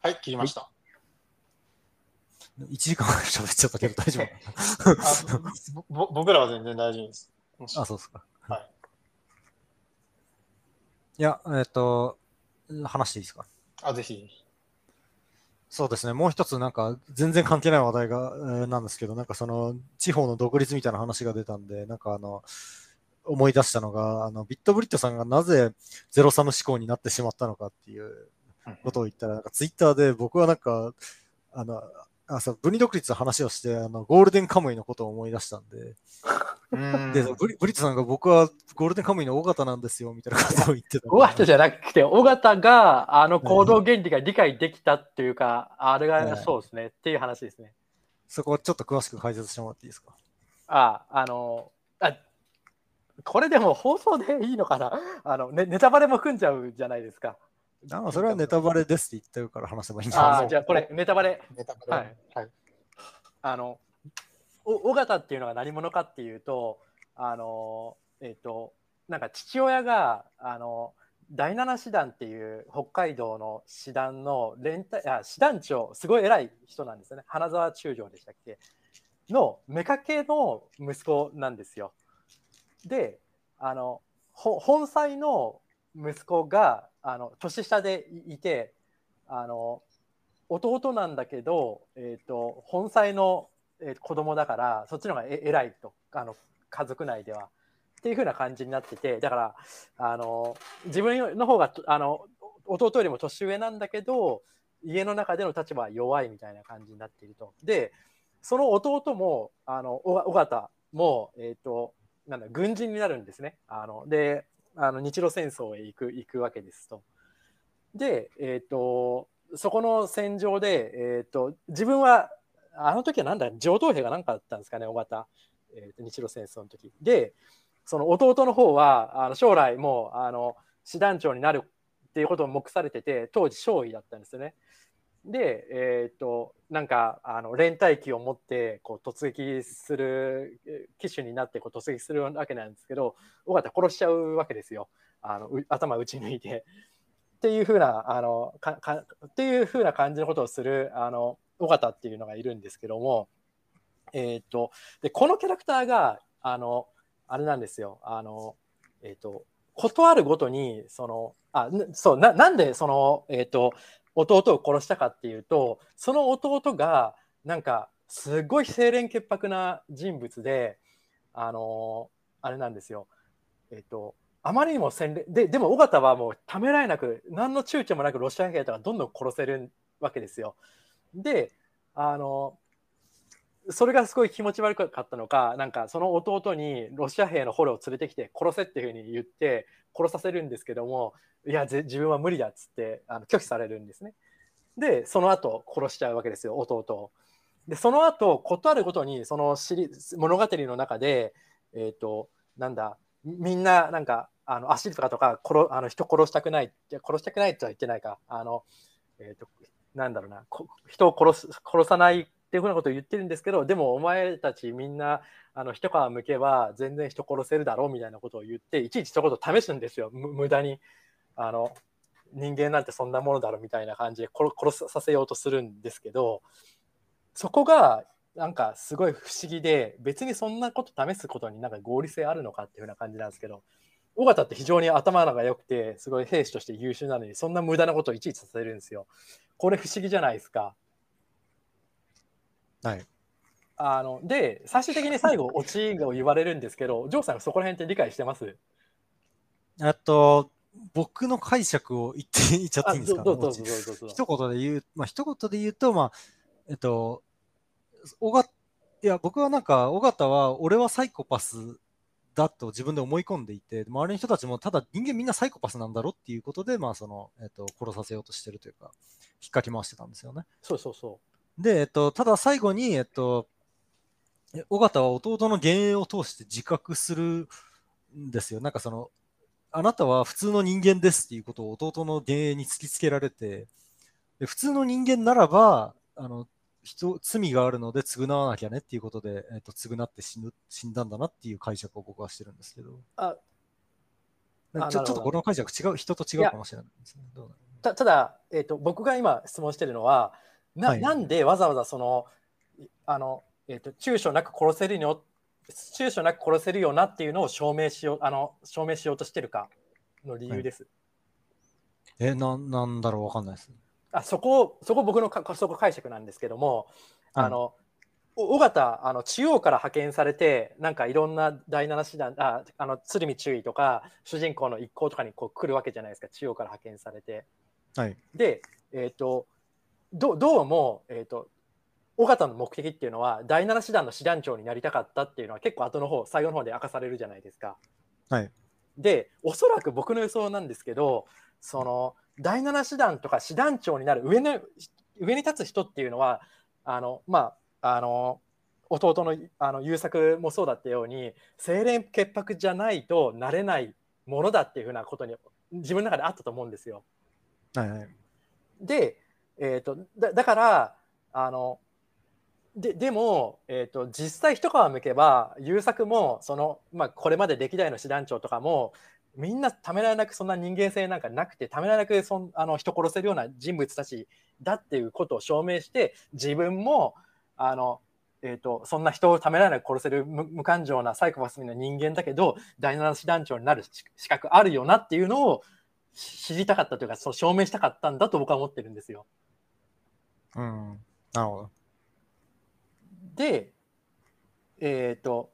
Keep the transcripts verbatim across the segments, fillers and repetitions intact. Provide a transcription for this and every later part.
はい、切りました。 いちじかん喋っちゃったけど大丈夫あ僕らは全然大丈夫です。 あ、そうですか。 はい。 いや、えっ、ー、と、話していいですか。 あ、ぜひ。 そうですね。もう一つなんか全然関係ない話題が、えー、なんですけど、なんかその地方の独立みたいな話が出たんで、なんかあの、思い出したのが、あの、ビットブリットさんがなぜゼロサム思考になってしまったのかっていうことを言ったら、なんかツイッターで僕はなんか、あの、あそう分離独立の話をして、あの、ゴールデンカムイのことを思い出したんで、 うんでブリ、ブリットさんが僕はゴールデンカムイの尾形なんですよみたいなことを言ってた。 尾形じゃなくて、尾形があの行動原理が理解できたっていうか、あれがそうですね、はい、っていう話ですね。 そこをちょっと詳しく解説してもらっていいですか。 あ、あの、あ、これでも放送でいいのかなあの、ね、ネタバレも組んじゃうじゃないですか。 あ、それはネタバレですって言ってるから話せばいいんじゃないですか。 あ、じゃあこれネタバレ。 ネタバレ。はい。はい、 あの、尾形っていうのが何者かっていうと、あの、えっと、なんか父親が、あの、だいなな師団っていう北海道の師団の連隊、あ、師団長、すごい偉い人なんですよね。花沢中将でしたっけの妾の息子なんですよ。で、あの、本妻の息子が、あの、年下でいて、あの、弟なんだけど、えっと、本妻のえー、子供だからそっちの方がえ偉いと、あの家族内ではっていう風な感じになってて、だからあの自分の方があの弟よりも年上なんだけど家の中での立場は弱いみたいな感じになっていると。でその弟もあの尾形も、えーと、なんだ軍人になるんですね。あのであの日露戦争へ行く行くわけですと。で、えーと、そこの戦場で、えーと、自分はあの時はなんだ上等兵が何かだったんですかね、尾形、えー、日露戦争の時で、その弟の方はあの将来もうあの師団長になるっていうことを目されてて、当時少尉だったんですよね。で、えー、となんかあの連隊機を持ってこう突撃する機種になってこう突撃するわけなんですけど、尾形殺しちゃうわけですよ、あの頭打ち抜いて。っていう風なあのかかっていう風な感じのことをするあの尾形っていうのがいるんですけども、えー、とでこのキャラクターがあのあれなんですよ。あのえっ、ー、とことあるごとにそのあそうななんでそのえっ、ー、と弟を殺したかっていうと、その弟がなんかすごい清廉潔白な人物で、あのあれなんですよ。えっ、ー、とあまりにも洗練で、でも尾形はもうためらいなく何の躊躇もなくロシア兵とかどんどん殺せるわけですよ。で、あのそれがすごい気持ち悪かったのか、なんかその弟にロシア兵の捕虜を連れてきて殺せっていうふうに言って殺させるんですけども、いや自分は無理だっつってあの拒否されるんですね。でその後殺しちゃうわけですよ、弟を。でその後ことあるごとにその物語の中で、えっ、ー、となんだみんななんかあの足とかとか殺あの人殺したくない殺したくないとは言ってないか、あの、えー、となんだろうな人を殺す殺さないっていうふうなことを言ってるんですけど、でもお前たちみんなあの一皮むけば全然人殺せるだろうみたいなことを言っていちいちそういうことを試すんですよ、無駄に。あの人間なんてそんなものだろうみたいな感じで殺殺させようとするんですけど、そこがなんかすごい不思議で、別にそんなこと試すことになんか合理性あるのかっていう風な感じなんですけど、尾形って非常に頭が良くてすごい兵士として優秀なのにそんな無駄なことをいちいちさせるんですよ。これ不思議じゃないですか。 はい。 あので最終的に最後オチを言われるんですけど、ジョーさんそこら辺って理解してます？ えっと僕の解釈を言って言っちゃっていいんですかね。 どうぞどうぞどうぞどうぞ。 一言で言う、まあ一言で言うと、まあえっと尾形いや僕はなんか尾形は俺はサイコパスだと自分で思い込んでいて、周りの人たちもただ人間みんなサイコパスなんだろっていうことで、まあそのえっと殺させようとしてるというか引っかき回してたんですよね。 そうそうそう。 でえっとただ最後にえっと尾形は弟の幻影を通して自覚するんですよ。なんかそのあなたは普通の人間ですっていうことを弟の幻影に突きつけられて、で普通の人間ならばあの人罪があるので償わなきゃねっていうことで、えー、と償って死ぬ死んだんだなっていう解釈を僕はしてるんですけど、 あちょちょっとこの解釈違う人と違うかもしれないですね。どうたただ、えーと、僕が今質問してるのは な,、 はいなんでわざわざそのあの、えーと、躊躇なく殺せるよ躊躇なく殺せるよなっていうのを証明しようあの証明しようとしてるかの理由です。 え、な、なんだろう、わかんないです。 あそこそこ僕のかそこ解釈なんですけども、 はいあの尾形あの中央から派遣されてなんかいろんな第七師団ああの鶴見中尉とか主人公の一行とかにこう来るわけじゃないですか、中央から派遣されて。 はい。 で、えー、と ど, どうも、えー、と尾形の目的っていうのは第七師団の師団長になりたかったっていうのは結構後の方最後の方で明かされるじゃないですか。 はい。 でおそらく僕の予想なんですけど、その第七師団とか師団長になる上の上に立つ人っていうのはあのまああの弟のあの優作もそうだったように清廉潔白じゃないとなれないものだっていうふうなことに自分の中であったと思うんですよ。 はいはい。 で、えー、と だ, だからあの で, でも、えー、と実際一皮むけば優作もその、まあ、これまで歴代の師団長とかもみんなためらいなくそんな人間性なんかなくてためらいなくそんあの人殺せるような人物たちだっていうことを証明して自分もあの、えー、とそんな人をためらいなく殺せる 無, 無感情なサイコパスの人間だけど第七師団長になる資格あるよなっていうのを知りたかったというかそう証明したかったんだと僕は思ってるんですよ。 うん。なるほど。 で、えっ、ー、と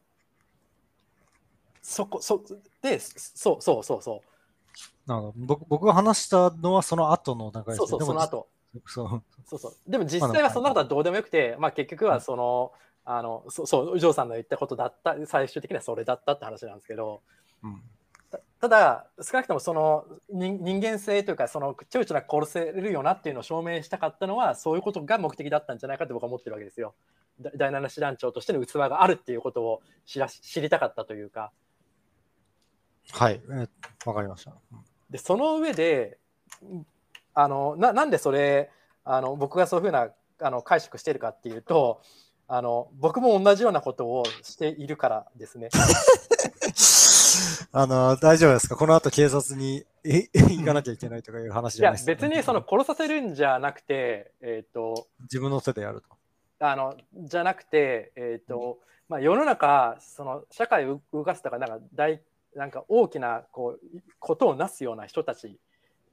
そこそでそうそうそうそうなるほど。僕僕が話したのはその後の流れですね。 そうそうでもその後そうそうそうでも実際はそんなことはどうでもよくて、まあ、結局はその、うん、あのそそうジョーさんの言ったことだった最終的にはそれだったって話なんですけど、 うん、 た, ただ少なくともその 人, 人間性というかそのちょいちょいなく殺せるよなっていうのを証明したかったのはそういうことが目的だったんじゃないかと僕は思ってるわけですよ。第七師団長としての器があるっていうことを知ら知りたかったというか。 はい、わ、えー、かりました。 でその上であの な, なんでそれあの僕がそういうふうなあの解釈しているかっていうとあの僕も同じようなことをしているからですね。 あの大丈夫ですか、この後警察に行かなきゃいけないとかいう話じゃないですか、ね、 いや別にその殺させるんじゃなくて、えー、と自分の手でやるとあのじゃなくて、えーとまあ、世の中その社会を動かすとかなんか大なんか大きなこうことをなすような人たち、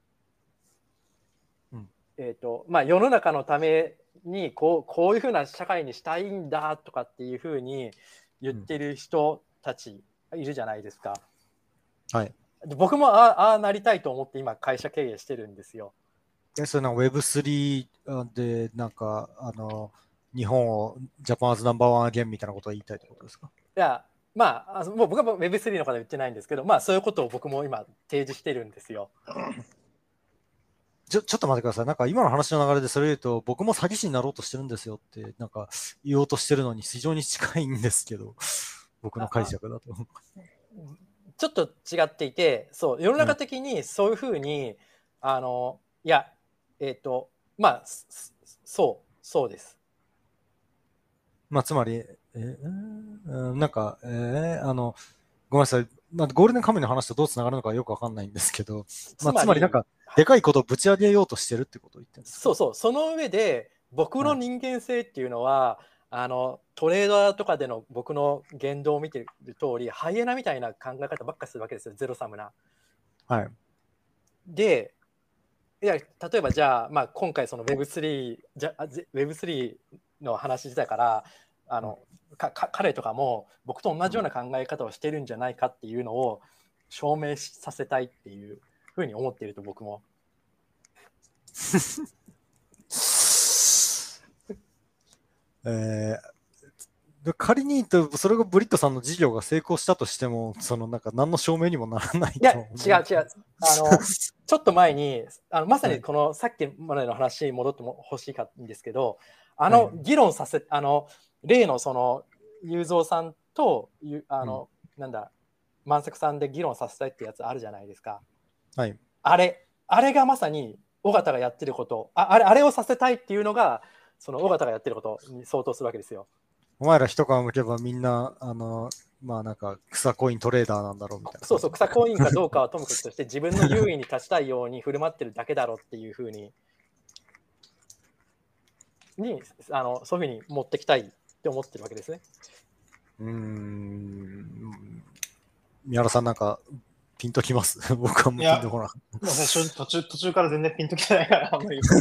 うんえーとまあ、世の中のためにこう、こういうふうな社会にしたいんだとかっていうふうに言ってる人たちいるじゃないですか。 はい、 僕もああなりたいと思って今会社経営してるんですよ。 えそれなんか ウェブスリー でなんかあの日本をジャパンアズナンバーワンアゲンみたいなことを言いたいってことですか？ いやまあもう僕は ウェブスリー の方は言ってないんですけど、まあそういうことを僕も今提示してるんですよ。 ちょちょっと待ってください。なんか今の話の流れでそれ言うと、僕も詐欺師になろうとしてるんですよってなんか言おうとしてるのに非常に近いんですけど、僕の解釈だと。 ちょっと違っていて、そう世の中的にそういうふうに、うん、あのいやえっ、ー、とまあそうそうです。 まあつまり、えー、なんか、えー、あのごめんなさい。まあ、ゴールデンカムイの話とどうつながるのかよくわかんないんですけど、つまり、まあ、つまりなんかでかいことをぶち上げようとしてるってことを言ってるんですか？ そうそう、その上で僕の人間性っていうのは、はい、あのトレーダーとかでの僕の言動を見てる通りハイエナみたいな考え方ばっかりするわけですよ、ゼロサムな。 はい、でいや例えばじゃあ、まあ、今回その ウェブスリー じゃ ウェブスリー の話自体からあの、うん、かか彼とかも僕と同じような考え方をしてるんじゃないかっていうのを証明させたいっていうふうに思っていると僕も。 えー、仮にそれがブリットさんの事業が成功したとしても、そのなんか何の証明にもならないと。 いや違う違うあのちょっと前にあのまさにこの、はい、さっきまでの話に戻っても欲しいかんですけど、あの議論させ、はい、あの例のその雄三さんとあの、うん、なんだ万作さんで議論させたいってやつあるじゃないですか。 はい、 あれあれがまさに尾形がやってること、ああれあれをさせたいっていうのがその尾形がやってることに相当するわけですよ。 お前ら一皮むけばみんなあのまあなんか草コイントレーダーなんだろうみたいな。 そうそう、草コインかどうかはともかくとして、自分の優位に立ちたいように振る舞ってるだけだろうっていうふうに、にあのそういうふうに持ってきたいって思ってるわけですね。 うーん。宮原さんなんかピンときます僕はもうピンとこない。 もうね、正直途中、途中から全然ピンときてないから、あんまり。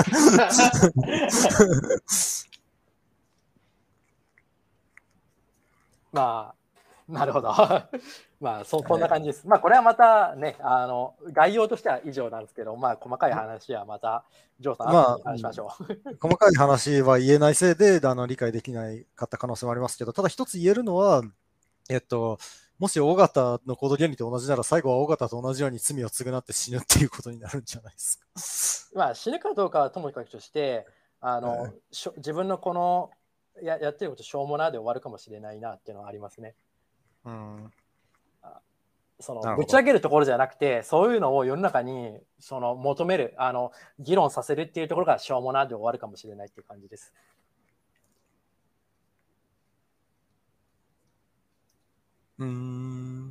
まあ、なるほど。まあそ、そんな感じです。まあ、これはまたね、あの概要としては以上なんですけど、まあ、細かい話はまた、ジョーさん、 まあ後に話しましょう。 細かい話は言えないせいであの理解できないかった可能性もありますけど、ただ一つ言えるのは、えっと、もし尾形の行動原理と同じなら、最後は尾形と同じように罪を償って死ぬっていうことになるんじゃないですか。 まあ、死ぬかどうかはともかくとして、あの、 はいしょ自分のこのややってることしょうもなで終わるかもしれないなっていうのはありますね。 うん、 そのなるほどぶち上げるところじゃなくて、そういうのを世の中にその求める、あの議論させるっていうところがしょうもなで終わるかもしれないっていう感じです。 うーん。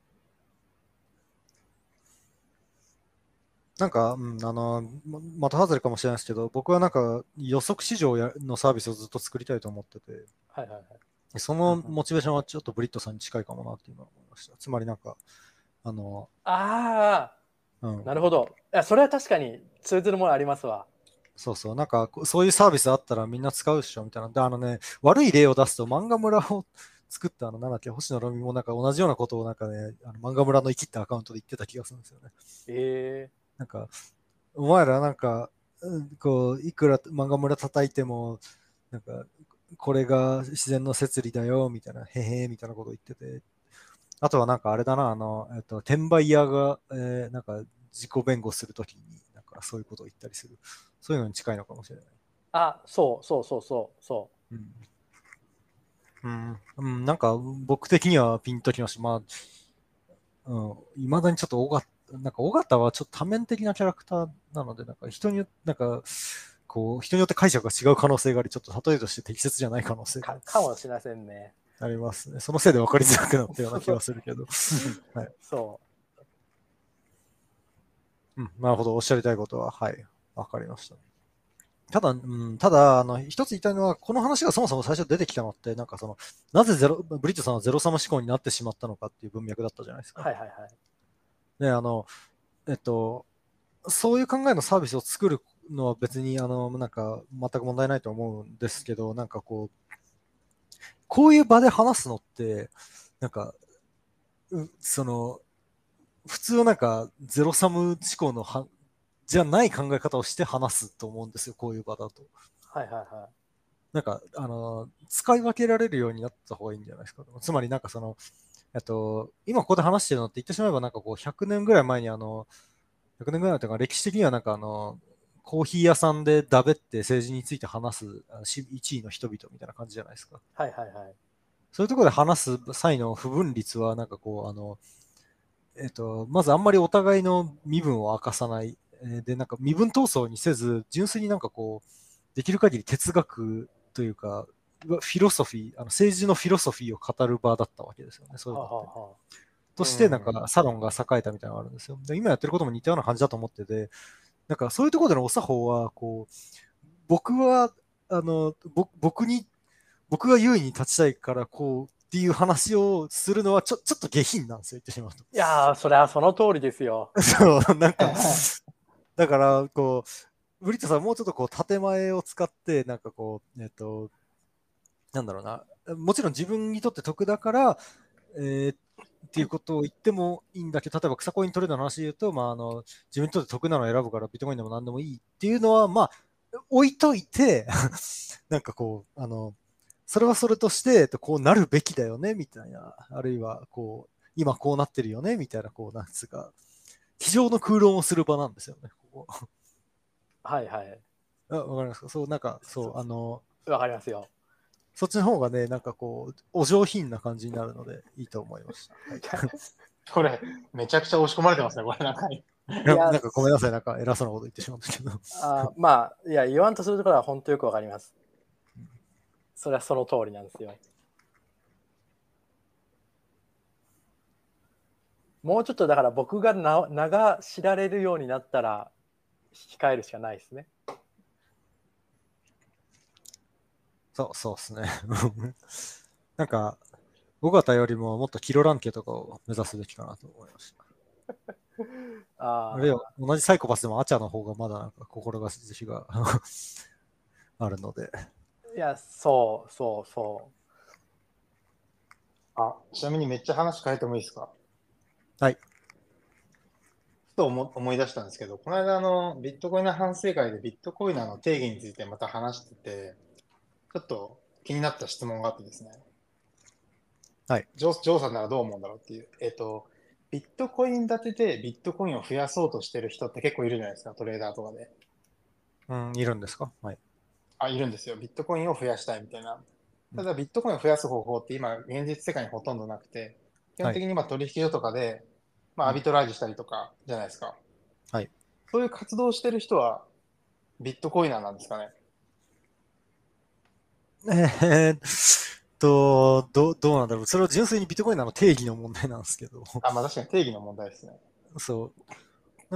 なんか、うん、あの、また外れかもしれないですけど、僕はなんか予測市場やのサービスをずっと作りたいと思ってて、 はいはいはい。 そのモチベーションはちょっとブリットさんに近いかもなっていうのは思いました。つまりなんか、あの、 ああ、 うん、 なるほど。いや、それは確かに通ずるものありますわ。 そうそう、なんかこそういうサービスあったらみんな使うっしょみたいな。で、あのね、悪い例を出すと漫画村を作ったあの、なんだっけ、星野ロミもなんか同じようなことをなんかね、あの漫画村の生きったアカウントで言ってた気がするんですよね。 えなんか、お前らなんか、うんこう、いくら漫画村叩いても、なんか、これが自然の摂理だよ、みたいな、へへみたいなこと言ってて、あとはなんかあれだな、あの、えっと、転売屋が、えーなんか自己弁護するときに、なんかそういうことを言ったりする。そういうのに近いのかもしれない。 ー、あ、そうそうそうそうそうん。うん、うん、なんか僕的にはピンときました。まあ、うん、いまだにちょっと尾形、なんか尾形はちょっと多面的なキャラクターなので、なんか人によって、なんか、こう、人によって解釈が違う可能性があり、ちょっと例えとして適切じゃない可能性うか。 がかもしれませんね。 ありますね。そのせいで分かりづらくなったような気がするけど。はい。 そうん、なるほど、おっしゃりたいことは、はい、分かりました。ただ、うん、ただ、あの、一つ言いたいのは、この話がそもそも最初出てきたのって、なんかその、なぜゼロ、ブリッジさんはゼロサム思考になってしまったのかっていう文脈だったじゃないですう。 か。 はいはいはい。 で、あの、えっと、そういう考えのサービスを作るのは別に、あの、なんか、全く問題ないと思うんですけど、なんかこう、こういう場で話すのって、なんか、うその、普通はなんか、ゼロサム思考のはじゃない考え方をして話すと思うんですよ、こういう場だと。 はいはいはい。 なんか、あの、使い分けられるようになった方がいいんじゃないですか。つまりなんかその、えっと、今ここで話してるのって言ってしまえばなんかこうひゃくねんぐらい前にあの、ひゃくねんぐらいというか歴史的にはなんかあの、コーヒー屋さんでだべって政治について話すあのし一位の人々みたいな感じじゃないですか。 はいはいはい。 そういうところで話す際の不分率はなんかこう、あの、えっと、まずあんまりお互いの身分を明かさない。えーで、なんか身分闘争にせず、純粋になんかこう、できる限り哲学というか、フィロソフィー、あの政治のフィロソフィーを語る場だったわけですよね、そういうはのって。 はは。 として、なんかサロンが栄えたみたいなのがあるんですよ。で今やってることも似たような感じだと思ってて、なんかそういうところでのお作法は、こう、僕は、あの、ぼ僕に、僕が優位に立ちたいから、こう、っていう話をするのはちょ、ちょっと下品なんですよ、言ってしまうと。 いやー、それはその通りですよ。 そう、なんか、だから、こう、ブリットさん、もうちょっとこう、建前を使って、なんかこう、えっと、なんだろうな、もちろん自分にとって得だから、えーっていうことを言ってもいいんだけど、例えば草コイントレードの話で言うと、まあ、あの自分にとって得なのを選ぶからビットコインでも何でもいいっていうのは、まあ、置いといて、なんかこう、あの、それはそれとして、こうなるべきだよね、みたいな、あるいは、こう、今こうなってるよね、みたいな、こう、なんつうか、机上の空論をする場なんですよね、ここ。 はいはい。 あわかりますか？そう、なんか、そう、あの、 わかりますよ。 そっちの方がね、なんかこう、お上品な感じになるので、いいと思いました。はいこれ、めちゃくちゃ押し込まれてますね、これなんか。 いやなんかごめんなさい、なんか偉そうなこと言ってしまったけど。 あまあ、いや、言わんとするところは本当よくわかります。それはその通りなんですよ。 もうちょっとだから僕がな名が知られるようになったら控えるしかないですね。 そうそうですね。なんか、尾形よりももっとキロランケとかを目指すべきかなと思いました。 ああるいは同じサイコパスでもアチャの方がまだなんか志があるので。 いや、そうそうそう。 あ、ちなみにめっちゃ話変えてもいいですか？ はい。 ふと思思い出したんですけど、この間あのビットコイナー反省会でビットコイナーの定義についてまた話してて、ちょっと気になった質問があってですね。 はい。 ジョー、ジョーさんならどう思うんだろうっていう。えっと、ビットコイン建てでビットコインを増やそうとしてる人って結構いるじゃないですか、トレーダーとかで。 うん、いるんですか？はい。 あ、いるんですよ。ビットコインを増やしたいみたいな。ただ、ビットコインを増やす方法って今、現実世界にほとんどなくて、基本的に今取引所とかで、まあ、アビトラージしたりとかじゃないですか。 はい。 そういう活動をしてる人は、ビットコイナーなんですかね。 えーっと、どどうなんだろう。それは純粋にビットコインの定義の問題なんですけど。 あ、まあ確かに定義の問題ですね。 そう。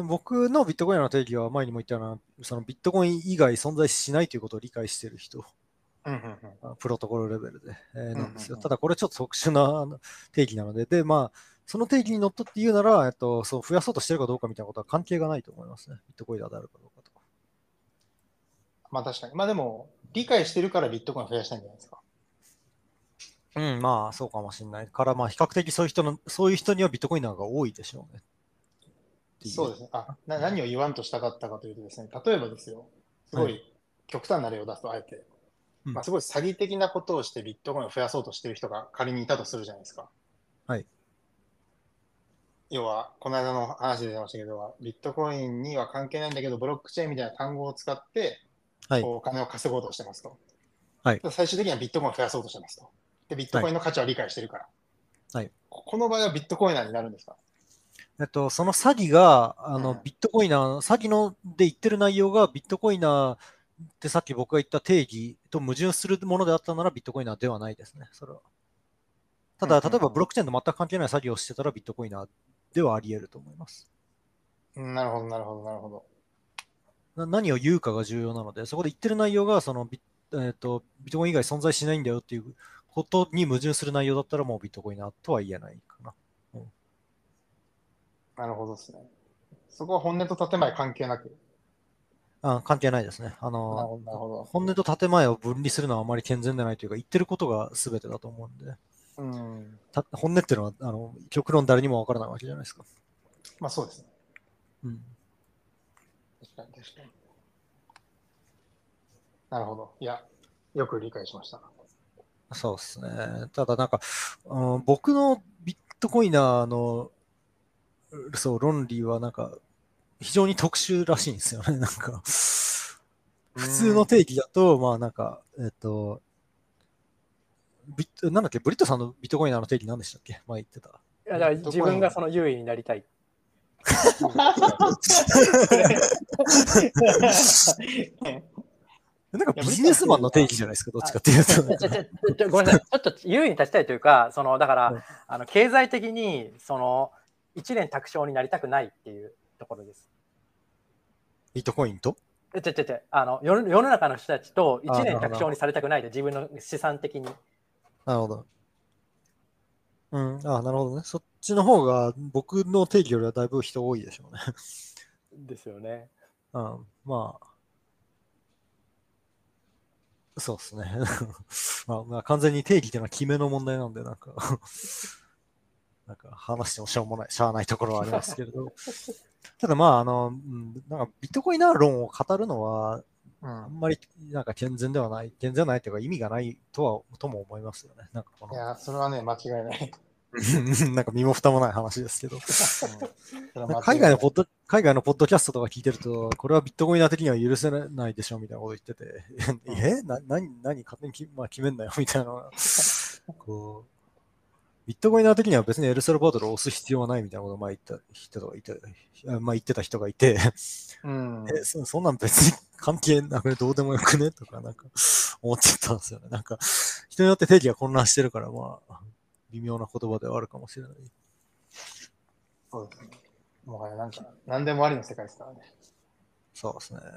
僕のビットコインの定義は前にも言ったような、そのビットコイン以外存在しないということを理解している人、 うんうんうん。 プロトコルレベルで、えーうんうんうんなんですよ。ただこれちょっと特殊なあの定義なので、で、まあ、その定義にのっとって言うなら、えっと、そう増やそうとしてるかどうかみたいなことは関係がないと思いますね。ビットコインであるかどうかと。 まあ確かに。まあでも、理解してるからビットコインを増やしたいんじゃないですか。 うん、まあ、そうかもしれない。から、まあ、比較的そういう人の、そういう人にはビットコインの方が多いでしょうね。 そうですね。あ、な何を言わんとしたかったかというとですね、例えばですよ、すごい極端な例を出すと、あえて、 うんまあ、すごい詐欺的なことをしてビットコインを増やそうとしている人が仮にいたとするじゃないですか。 はい。 要は、この間の話で出ましたけど、ビットコインには関係ないんだけど、ブロックチェーンみたいな単語を使って、 はい。 こうお金を稼ごうとしてますと。 はい。 最終的にはビットコインを増やそうとしてますと。で、ビットコインの価値を理解してるから。 はい。 この場合はビットコイナーになるんですか？ えっと、その詐欺が、あの、 うんビットコイナー、詐欺ので言ってる内容がビットコイナーってさっき僕が言った定義と矛盾するものであったならビットコイナーではないですね。それは。ただ、例えばブロックチェーンと全く関係ない作業をしてたらビットコイナーではあり得ると思います。 うんなるほど、なるほど、なるほど。 な何を言うかが重要なので、そこで言ってる内容がそのビッ、えーと、ビットコイン以外存在しないんだよっていうことに矛盾する内容だったらもうビットコイナーとは言えないかな。うん、 なるほどですね。そこは本音と建前関係なく。 あ関係ないですね。あなるのほど、なるほど。 本音と建前を分離するのはあまり健全でないというか、言ってることが全てだと思うんで、 うん。 た本音っていうのはあの極論誰にもわからないわけじゃないですか。 まあそうですね。 うん、 確かに、確かに。なるほど。いや、よく理解しました。 そうですね。ただなんか、うん、僕のビットコイナーのそう論理はなんか非常に特殊らしいんですよね。なんか、普通の定義だと、まあなんか、えっと、ビッなんだっけ、ブリットさんのビットコイナーの定義何でしたっけ？前言ってた。 いやだから自分がその優位になりたい。 なんかビジネスマンの定義じゃないですか、どっちかっていうと。 ごめんなさい、ちょっと優位に立ちたいというか、そのだから、うん、あの経済的にその一蓮托生になりたくないっていうところです。 ビットコインとえちょちょちょあの世の中の人たちと一蓮托生にされたくないで、自分の資産的に。 なるほど。うん、あなるほどね。そっちの方が僕の定義よりはだいぶ人多いでしょうね。 ですよね。 うん、まあ。そうですね。まあ、まあ、完全に定義っていうのは決めの問題なんで、なんか、なんか話してもしょうもない、しゃあないところはありますけれど。ただまあ、あの、うん、なんかビットコインナー論を語るのは、あんまりなんか健全ではない、健全ないというか意味がないとは、とも思いますよね。なんかこのいや、それはね、間違いない。 なんか身も蓋もない話ですけど。うん、海外のポッド、海外のポッドキャストとか聞いてると、これはビットコイナー的には許せないでしょみたいなこと言ってて、うん、えな、なに、何勝手にき、まあ、決めんなよみたいな。こうビットコイナー的には別にエルサルバドルを押す必要はないみたいなことを前言った人がいて、まあ、言ってた人がいて、うん、えそ、そんなん別に関係なくね、どうでもよくねとかなんか思ってたんですよね。なんか人によって定義が混乱してるから、まあ、微妙な言葉ではあるかもしれない。 そうですね。もはやなんか、何でもありの世界ですからね。 そうですね。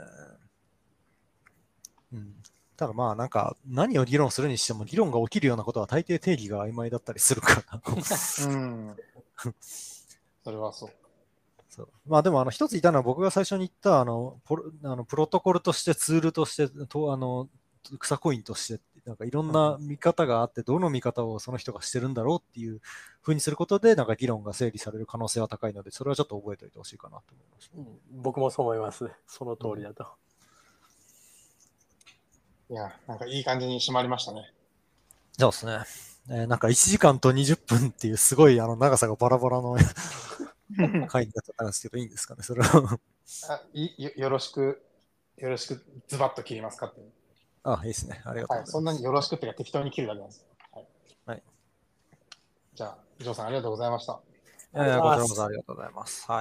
うん。ただまあなんか何を議論するにしても議論が起きるようなことは大抵定義が曖昧だったりするから。 うん。それはそう。 そうまあでもあの一つ言ったのは僕が最初に言ったあのポロあのプロトコルとしてツールとしてとあの草コインとしてなんかいろんな見方があってどの見方をその人がしてるんだろうっていうふうにすることでなんか議論が整理される可能性は高いのでそれはちょっと覚えておいてほしいかなと思いました。 うん、僕もそう思います。その通りだと。 いや、なんかいい感じに締まりましたね。 そうですね。えーなんかいちじかんとにじゅっぷんっていうすごいあの長さがバラバラの回になっちゃったんですけどいいんですかね、それは。 あいよよろしく、よろしくズバッと切りますかって。 あ、いいですね。ありがとうはい、 ございます。 そんなによろしくっていうか適当に切るだけなんです。はい。 はい。 じゃあ、ジョーさんありがとうございました。 えー、こちらこそありがとうございます。はい。